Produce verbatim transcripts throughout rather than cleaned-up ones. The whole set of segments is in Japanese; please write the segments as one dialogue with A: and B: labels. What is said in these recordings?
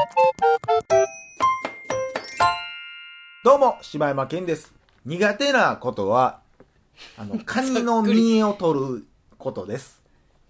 A: どうも柴山健です。苦手なことはあのカニの身を取ることです。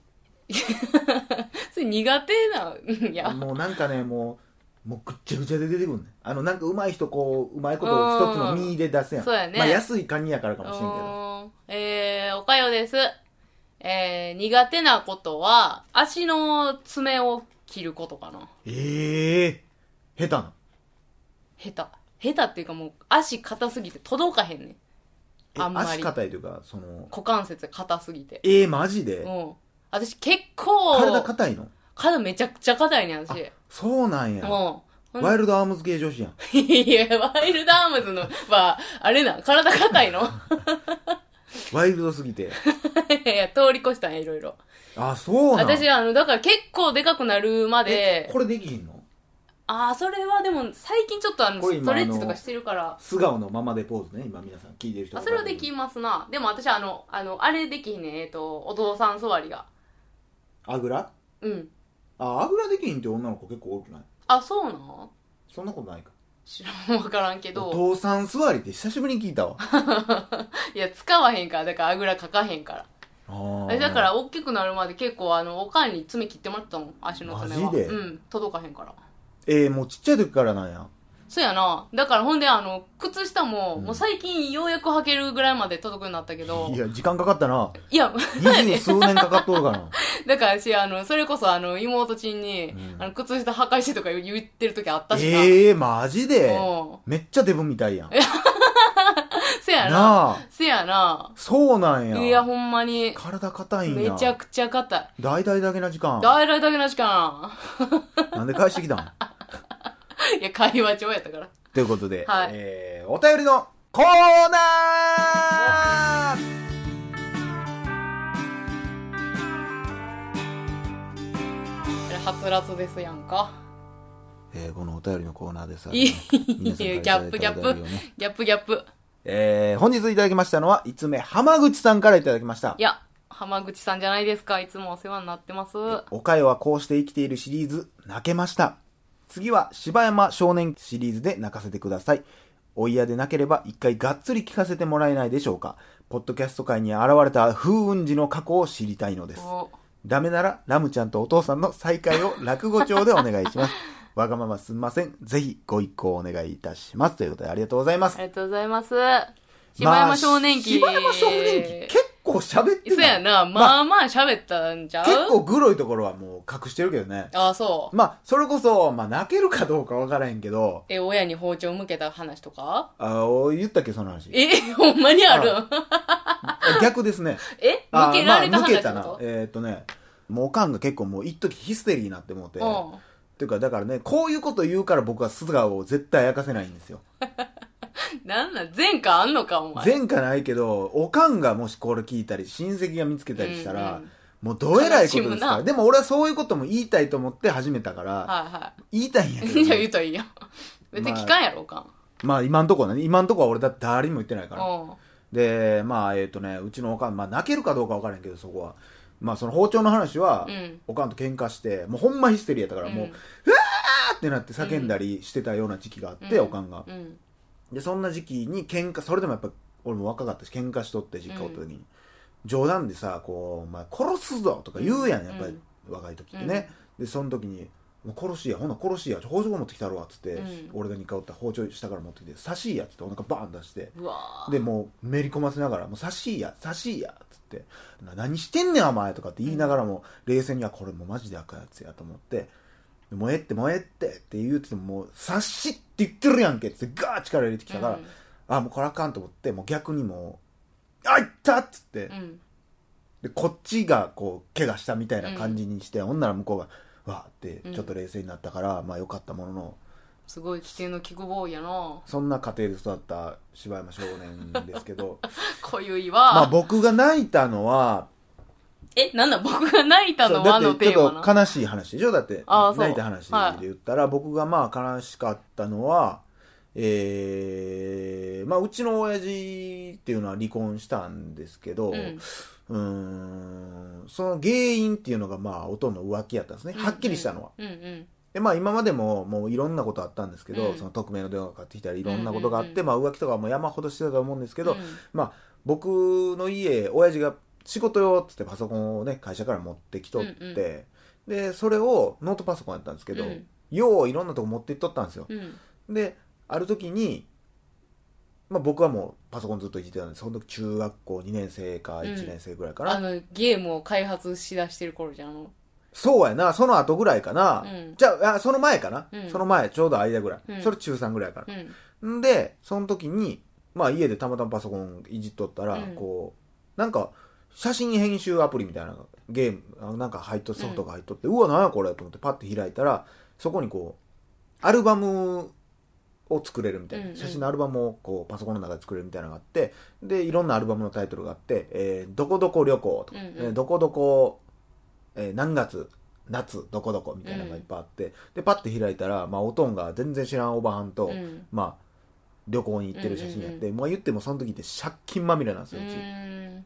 B: それ苦手なんや。
A: もうなんかねもうもうぐっちゃぐちゃで出てくるね。あのなんか上手い人こううまいこと一つの身で出すやん。
B: そうやね。
A: まあ安いカニやからかもしれんけど。
B: えー、おかよです。えー、苦手なことは足の爪を切ることかな。
A: ええー、下手な。
B: 下手。下手っていうかもう足硬すぎて届かへんねん。あんまり。
A: 足硬いというかその
B: 股関節硬すぎて。
A: ええー、マジで。
B: うん。私結構
A: 体硬いの。
B: 体めちゃくちゃ硬いねん私。
A: そうなんや。
B: うん。
A: ワイルドアームズ系女子やん。
B: いや、ワイルドアームズのは、あれな、体硬いの
A: ワイルドすぎて。
B: いやいや、通り越したんや、いろいろ。
A: あ、そうなん。
B: 私、あの、だから結構でかくなるまで。
A: これできひんの？
B: ああ、それはでも、最近ちょっとあの、ストレッチとかしてるから。
A: 素顔のままでポーズね、今皆さん聞いてる人。
B: あ、それはできますな。でも私、あの、あの、あれできひんねん、えっと、お父さん座りが。
A: あぐら？
B: うん。
A: あ、あぐらできひんって女の子結構多くない？
B: あ、そうなん？
A: そんなことないか。
B: 知らん、わからんけど。
A: お父さん座りって久しぶりに聞いたわ。
B: いや、使わへんから、だからあぐらかかへんから。あれだから大きくなるまで結構あのおかんに爪切ってもらったもん、足の爪は。
A: マジで？
B: うん、届かへんから。
A: えー、もうちっちゃい時からなんや。
B: そうやな。だからほんであの靴下も、
A: うん、
B: もう最近ようやく履けるぐらいまで届くようになったけど。
A: いや時間かかったな。
B: いや
A: 二十数年かかっとるかな。
B: だから私あのそれこそあの妹ちんに、うん、あの靴下破壊してとか言ってる時あったしな。
A: ええー、マジで？めっちゃデブみたいやん。
B: せやな。
A: なあ。
B: せやな。
A: そうなんや。
B: いや、ほんまに。
A: 体硬いんや。
B: めちゃくちゃ硬い。
A: 大々だけな時間。
B: 大々だけな時間。
A: なんで返してきたん？
B: いや、会話帳やったから。
A: ということで、
B: はい、
A: えー、お便りのコーナー
B: はつらつですやんか。
A: えー、このお便りのコーナーです。
B: いい、ギャップギャップ、ギャップギャップ。
A: えー、本日いただきましたのは、いつめ浜口さんからいただきました。
B: いや、浜口さんじゃないですか。いつもお世話になってます。
A: おかよはこうして生きているシリーズ、泣けました。次は柴山少年シリーズで泣かせてください。お嫌でなければ一回がっつり聞かせてもらえないでしょうか。ポッドキャスト界に現れた風雲児の過去を知りたいのです。ダメならラムちゃんとお父さんの再会を落語帳でお願いします。わがまますんません。ぜひご一行お願いいたします。ということでありがとうございます。
B: ありがとうございます。柴山少年期。
A: まあ、柴山少年期結構喋ってた。
B: そうやな。まあまあ喋ったんちゃう、
A: 結構グロいところはもう隠してるけどね。
B: ああ、そう。
A: まあ、それこそ、まあ泣けるかどうかわからへんけど。
B: え、親に包丁向けた話とか？
A: ああ、言ったっけその話。
B: え、ほんまにある？
A: 逆ですね。
B: え向けられた話ってこと？まあ、向けたな。
A: えー、っとね、もうおかんが結構もう一時ヒステリーになってもうて。っていうか、だからね、こういうこと言うから僕は素顔を絶対明かせないんですよ。
B: なんなん前科あんのかお前。
A: 前科ないけど、おかんがもしこれ聞いたり、親戚が見つけたりしたら、うんうん、もうどえらいことですから。でも俺はそういうことも言いたいと思って始めたから、はいはい、言いたいんやけど、ね。
B: いや、言うたらいいやん。別に聞かんやろ、おかん。
A: まあ今んとこね、今んとこは俺だって誰にも言ってないから。で、まあえっ、ー、とね、うちのおかん、まあ泣けるかどうか分からへんけど、そこは。まあその包丁の話は、うん、おかんと喧嘩して、もうほんまヒステリーやったから、うん、もう、うわーってなって叫んだりしてたような時期があって、うん、おかんが。うんで、そんな時期に喧嘩、それでもやっぱ、俺も若かったし、喧嘩しとって、実家おった時に。うん、冗談でさ、こう、お前殺すぞとか言うやん、やっぱり、うん、若い時ってね。うん、で、その時に、もう殺しや、ほな殺しや、包丁持ってきたろわ、つって、うん、俺がにかいおった包丁下から持ってきて、刺しや、つってお腹バーン出して、で、もう、めり込ませながら、もう刺しや、刺しや、つって、何してんねん、お前とかって言いながらも、冷静には、これもうマジで赤いやつやと思って、もうえってもうえってって言うててももう察しって言ってるやんけってガーッ力入れてきたから、うん、あもうこれあかんと思ってもう逆にもうあいったっつって、うん、でこっちがこう怪我したみたいな感じにして、うん、ほんなら向こうがわーってちょっと冷静になったから、うん、まあよかったものの
B: すごい規定のキクボーイやな。
A: そんな家庭で育った柴山少年ですけど
B: こゆいわ。
A: まあ僕が泣いたのは
B: え、なんだ僕が泣いたのはのテーマな。
A: ちょっと悲しい話でしょだって。泣いた話で言ったら、はい、僕がまあ悲しかったのは、えー、まあうちの親父っていうのは離婚したんですけど、うん、うーんその原因っていうのがまあほとんど浮気やったんですね。はっきりしたのは。うんうんでまあ今までももういろんなことあったんですけど、
B: うん、
A: その匿名の電話がかかってきたりいろんなことがあって、うんうんうん、まあ浮気とかも山ほどしてたと思うんですけど、うん、まあ僕の家親父が仕事用っつってパソコンをね会社から持ってきとって、うんうん、でそれをノートパソコンやったんですけど、うん、よういろんなとこ持っていっとったんですよ、うん、である時にまあ、僕はもうパソコンずっといじってたんでその時中学校にねん生かいちねん生ぐらいかな、
B: うん、あのゲームを開発しだしてる頃じゃん。
A: そうやな、その後ぐらいかな、うん、じゃあその前かな、うん、その前ちょうど間ぐらい、うん、それ中さんぐらいかな、うん、でその時にまあ家でたまたまパソコンいじっとったら、うん、こうなんか写真編集アプリみたいなゲームなんか入っとソフトが入っとって、うん、うわ何やこれと思ってパッて開いたらそこにこうアルバムを作れるみたいな、うんうん、写真のアルバムをこうパソコンの中で作れるみたいなのがあってでいろんなアルバムのタイトルがあって、えー、どこどこ旅行とか、うんうんえー、どこどこ、えー、何月夏どこどこみたいなのがいっぱいあって、うん、でパッて開いたら、まあ、おとんが全然知らんおばはんと、うん、まあ旅行に行ってる写真やって、うんうんうん、まあ、言ってもその時って借金まみれなんですようち、うん、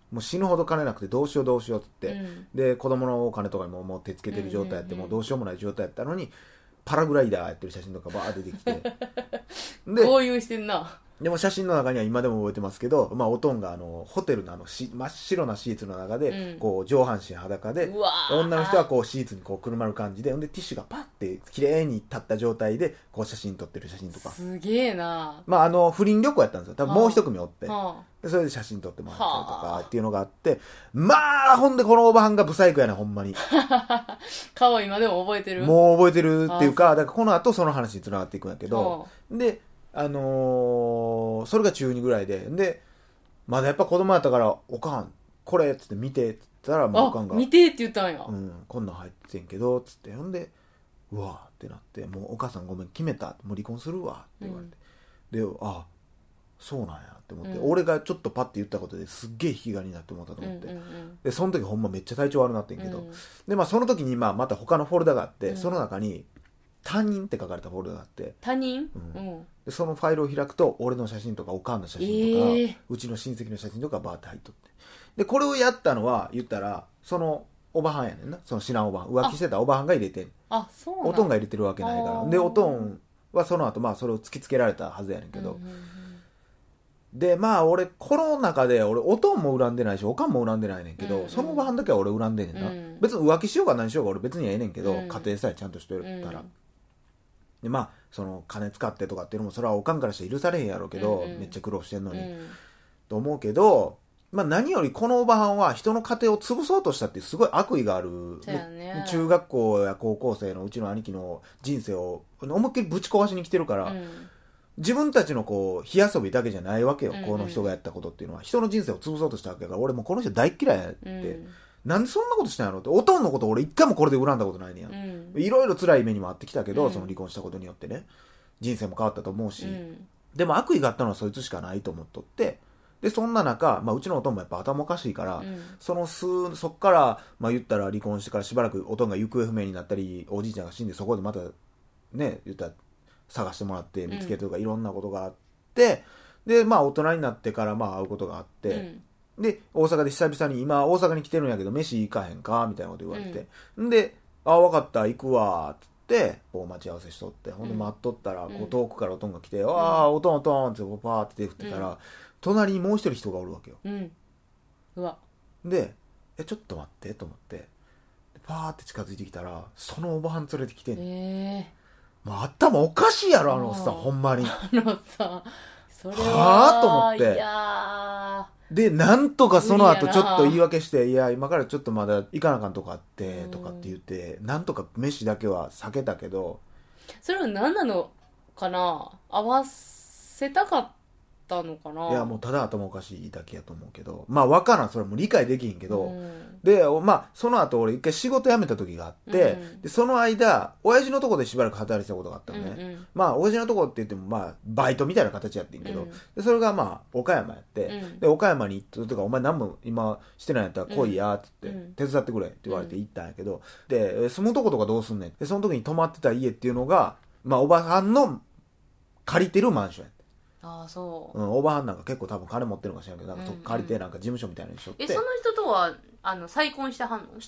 A: もう死ぬほど金なくてどうしようどうしようっつって、うん、で子供のお金とかにももう手つけてる状態やって、うんうんうん、もうどうしようもない状態やったのにパラグライダーやってる写真とかバーって出てきて
B: で豪遊してんな。
A: でも写真の中には今でも覚えてますけど、まあ、おとんがあのホテルのあのし真っ白なシーツの中で、うん、こう上半身裸で女の人はこうシーツにこうくるまる感じででティッシュがパッて綺麗に立った状態でこう写真撮ってる写真とか
B: すげえな、
A: まあ、あの不倫旅行やったんですよ多分もう一組おって、はあ、でそれで写真撮ってもらったりとかっていうのがあってまあほんでこのおばはんがブサイクやなほんまに
B: 顔今でも覚えてる
A: もう覚えてるっていうかだからこの後その話につながっていくんやけど、はあ、であのー、それが中にぐらいででまだやっぱ子供やったからおかんこれっつって見てっつったらもうおかんが
B: 見てって言ったんや、
A: うん、こんなん入ってんけどっつってほんでうわーってなってもうお母さんごめん決めたもう離婚するわって言われて、うん、であそうなんやって思って、うん、俺がちょっとパッて言ったことですっげえ引き金になって思ったと思って、うんうんうん、でその時ほんまめっちゃ体調悪なってんけど、うん、でまあその時にまあまた他のフォルダがあって、うん、その中に他人って書かれたフォルダがあって
B: 他人、
A: うん、でそのファイルを開くと俺の写真とかおかんの写真とか、えー、うちの親戚の写真とかバーって入っとってでこれをやったのは言ったらそのおばはんやねんなその知らんおばはん浮気してたおばはんが入れてん
B: あそうなん
A: おとんが入れてるわけないからでおとんはその後まあそれを突きつけられたはずやねんけど、うんうんうん、でまあ俺この中で俺おとんも恨んでないしおかんも恨んでないねんけど、うんうん、そのおばはんだけは俺恨んでんねんな、うん、別に浮気しようが何しようが俺別にはええねんけど、うん、家庭さえちゃんとしてたら、うんでまあその金使ってとかっていうのもそれはおかんからして許されへんやろうけど、うんうん、めっちゃ苦労してんのに、うん、と思うけど、まあ、何よりこのおばはんは人の家庭を潰そうとしたってすごい悪意がある、ね、中学校や高校生のうちの兄貴の人生を思いっきりぶち壊しに来てるから、うん、自分たちのこう火遊びだけじゃないわけよ、うんうん、この人がやったことっていうのは人の人生を潰そうとしたわけだから俺もうこの人大っ嫌いやって、うんなんでそんなことしたんやろって、おとんのこと俺一回もこれで恨んだことないねや、うん、いろいろ辛い目にもあってきたけど、うん、その離婚したことによってね人生も変わったと思うし、うん、でも悪意があったのはそいつしかないと思っとってでそんな中、まあ、うちのおとんもやっぱ頭おかしいから、うん、その数そっから、まあ、言ったら離婚してからしばらくおとんが行方不明になったりおじいちゃんが死んでそこでまたね言ったら探してもらって見つけてとか、うん、いろんなことがあってでまあ大人になってからまあ会うことがあって、うんで大阪で久々に今大阪に来てるんやけど飯行かへんかみたいなこと言われて、うん、であ分かった行くわっつってこう待ち合わせしとってほんで待っとったら、うん、こう遠くからおとんが来て、うん、ああおとんおとんってパーって手振ってたら、うん、隣にもう一人人がおるわけよ、うん、うわでえちょっと待ってと思ってパーって近づいてきたらそのおばはん連れてきてんねん、えー、もう頭おかしいやろあのさほんまに
B: あのさそれは
A: はあと思って
B: いや
A: でなんとかその後ちょっと言い訳していや今からちょっとまだ行かなあかんとこあってとかって言ってなんとか飯だけは避けたけど
B: それは何なのかな合わせたかったのかない
A: やもうただ頭おかしいだけやと思うけどまあ分からんそれはもう理解できんけど、うん、でまあその後俺一回仕事辞めた時があって、うん、でその間親父のとこでしばらく働いてたことがあったのね、うんうん、まあ親父のとこって言ってもまあバイトみたいな形やってんけど、うん、でそれがまあ岡山やって、うん、で岡山に行ったとかお前何も今してないんやったら来いやって言って、うん、手伝ってくれって言われて行ったんやけど、で住むとことかどうすんねんでその時に泊まってた家っていうのがまあおばさんの借りてるマンションや
B: ああそう、
A: うん、おばはんなんか結構多分金持ってるのか知らんけどなんか借りてなんか事務所みたいなのにしとって、
B: うんうん、えその人とはあの再婚してはんの
A: してない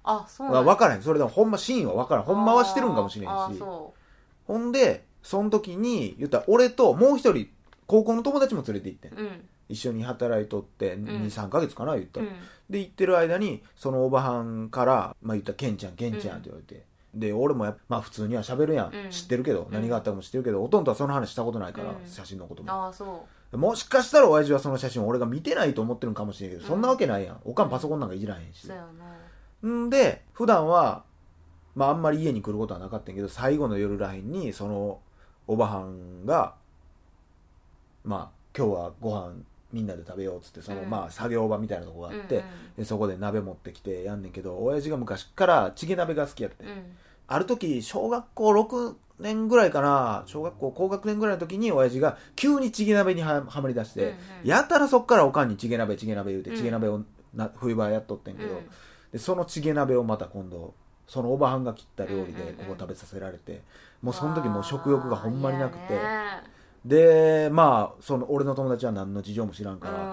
B: あ、そうなん
A: 分からへん。それでもほんまシーンは分からん。ほんまはしてるんかもしれんし。
B: あそう
A: ほんでその時に言ったら俺ともう一人高校の友達も連れて行ってん、
B: うん、
A: 一緒に働いとって に,さん ヶ月かな言ったら、
B: うん、
A: で行ってる間にそのおばはんから、まあ、言ったらケンちゃんケンちゃんって言われて、うん、で俺もやまあ普通には喋るやん、うん、知ってるけど、うん、何があったかも知ってるけどほとんどはその話したことないから、うん、写真のことも。
B: あそう
A: もしかしたら親父はその写真を俺が見てないと思ってるんかもしれんけど、うん、そんなわけないやん。おかんパソコンなんかいじらへんし、うん、んで普段はまああんまり家に来ることはなかったんやけど、最後の夜らへんにそのおばはんがまあ今日はご飯みんなで食べようっつってその、うん、まあ作業場みたいなとこがあって、うんうん、でそこで鍋持ってきてやんねんけど、親父が昔からチゲ鍋が好きやって、うん、ある時小学校ろくねんぐらいかな、小学校高学年ぐらいの時に親父が急にチゲ鍋に は, はまり出して、うんうん、やたらそっからおかんにチゲ鍋チゲ鍋言うて、うん、チゲ鍋をな冬場やっとってんけど、うん、でそのチゲ鍋をまた今度そのおばはんが切った料理でここ食べさせられて、うんうんうん、もうその時もう食欲がほんまになくて、でまあその俺の友達は何の事情も知らんから、うん、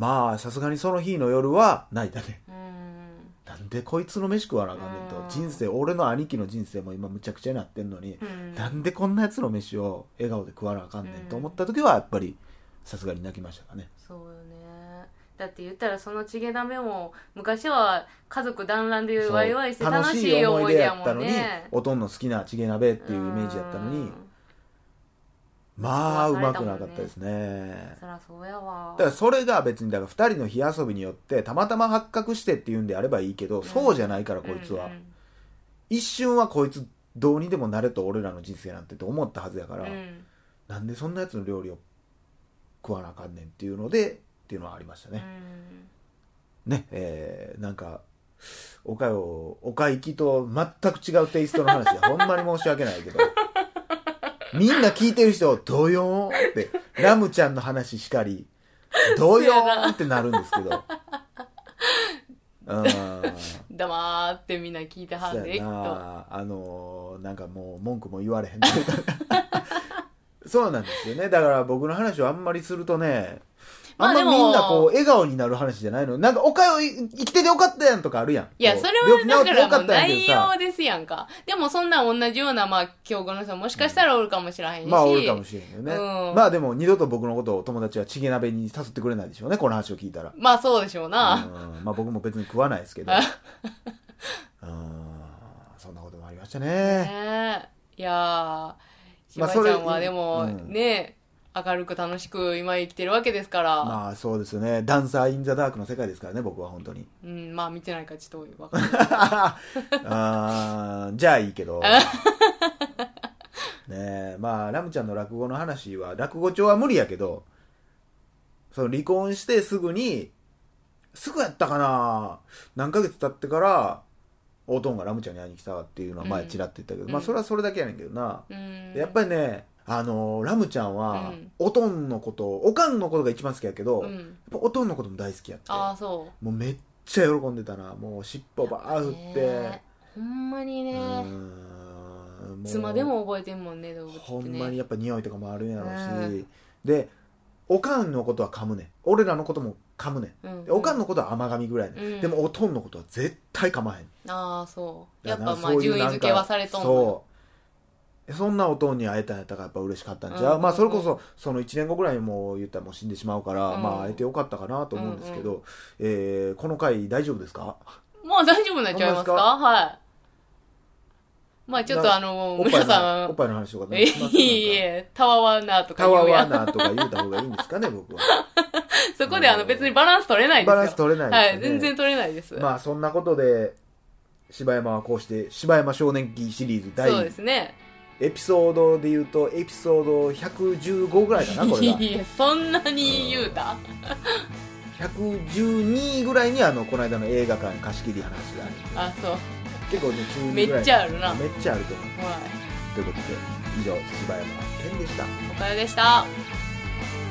A: まあさすがにその日の夜は泣いたね、うん、なんでこいつの飯食わなあかんねんと、うん、人生俺の兄貴の人生も今むちゃくちゃになってんのに、うん、なんでこんなやつの飯を笑顔で食わなあかんねんと思った時はやっぱりさすがに泣きましたかね。
B: そうよね。だって言ったらそのチゲ鍋も昔は家族団らんでワイワイして楽しい思い出やもんね。楽しい思い出やったのに
A: おとんの好きなチゲ鍋っていうイメージやったのに、まあうまくなかったですね。
B: そらそうやわ。
A: だからそれが別にだからふたりの火遊びによってたまたま発覚してっていうんであればいいけど、うん、そうじゃないからこいつは、うんうん、一瞬はこいつどうにでもなれと俺らの人生なんてと思ったはずやから、うん、なんでそんなやつの料理を食わなあかんねんっていうのでっていうのはありましたね。うん、ねえー、なんかおかよおか行きと全く違うテイストの話でほんまに申し訳ないけどみんな聞いてる人ドヨーンってラムちゃんの話しかりドヨーンってなるんですけど
B: 黙ってみんな聞いてはんで
A: きっとあのー、なんかもう文句も言われへんそうなんですよね。だから僕の話をあんまりするとね、あんまみんなこう笑顔になる話じゃないの。なんかおかよ生きててよかったやんとかあるやん。
B: いやそれはだからもう内容ですやんか。でもそんな同じようなまあ境遇の人もしかしたらおるかもしれへんし、うん、
A: まあおるかもしれんよね、うん、まあでも二度と僕のことを友達はチゲ鍋に誘ってくれないでしょうね、この話を聞いたら。
B: まあそうでしょうな、
A: うん、まあ僕も別に食わないですけどうんそんなこともありましたね。ね
B: いやーしばちゃんはでも、まあうん、ね明るく楽しく今生きてるわけですから。
A: まあそうですよね。ダンサーインザダークの世界ですからね、僕は本当に。
B: うん、まあ見てないからちょっとわかんない
A: あじゃあいいけどねえ、まあラムちゃんの落語の話は落語帳は無理やけど、その離婚してすぐにすぐやったかな、何ヶ月経ってからおとんがラムちゃんに会いに来たっていうのは前ちらって言ったけど、うん、まあそれはそれだけやねんけどな、うん、やっぱりねあのラムちゃんは、うん、おとんのことおかんのことが一番好きやけど、うん、やっぱおとんのことも大好きやって。
B: あそう
A: もうめっちゃ喜んでたな。もう尻尾バー振って、
B: ほんまにねいつまでも覚えてんもんね動物ってね。
A: ほんまにやっぱ匂いとかもあるんやろうし、でおかんのことは噛むねん、俺らのことも噛むねん、うんうん、おかんのことは甘噛みぐらいね、うん、でもおとんのことは絶対噛まへん。
B: ああそうやっぱまあ順位付けはされとんの。
A: そうそんなおとんに会えたんやったからやっぱ嬉しかったんちゃう、うんうんうん、まあそれこそそのいちねんごぐらいにもう言ったらもう死んでしまうから、うん、まあ会えてよかったかなと思うんですけど、うんうんえー、この回大丈夫ですか？
B: まあ大丈夫になっちゃいますか？はい。まあちょっとあの皆さ
A: んおっぱいの話とか
B: ね、いいえたわわなとか
A: 言うやん、たわわなとか言うた方がいいんですかね僕は
B: そこであの別にバランス取れないですよ。
A: バランス取れないですよね、
B: はい、全然取れないです。
A: まあそんなことで柴山はこうして柴山少年期シリーズ第
B: そうですね
A: エピソードで言うとエピソードひゃくじゅうごぐらいかなこれが
B: いやそんなに言うた
A: ひゃくじゅうにぐらいにあのこの間の映画館貸し切り話
B: がある。あそう
A: 結構ね中に
B: ぐらいめっちゃあるな。
A: めっちゃあると思う、はい、ということで以上柴山健でした。
B: おかよでした。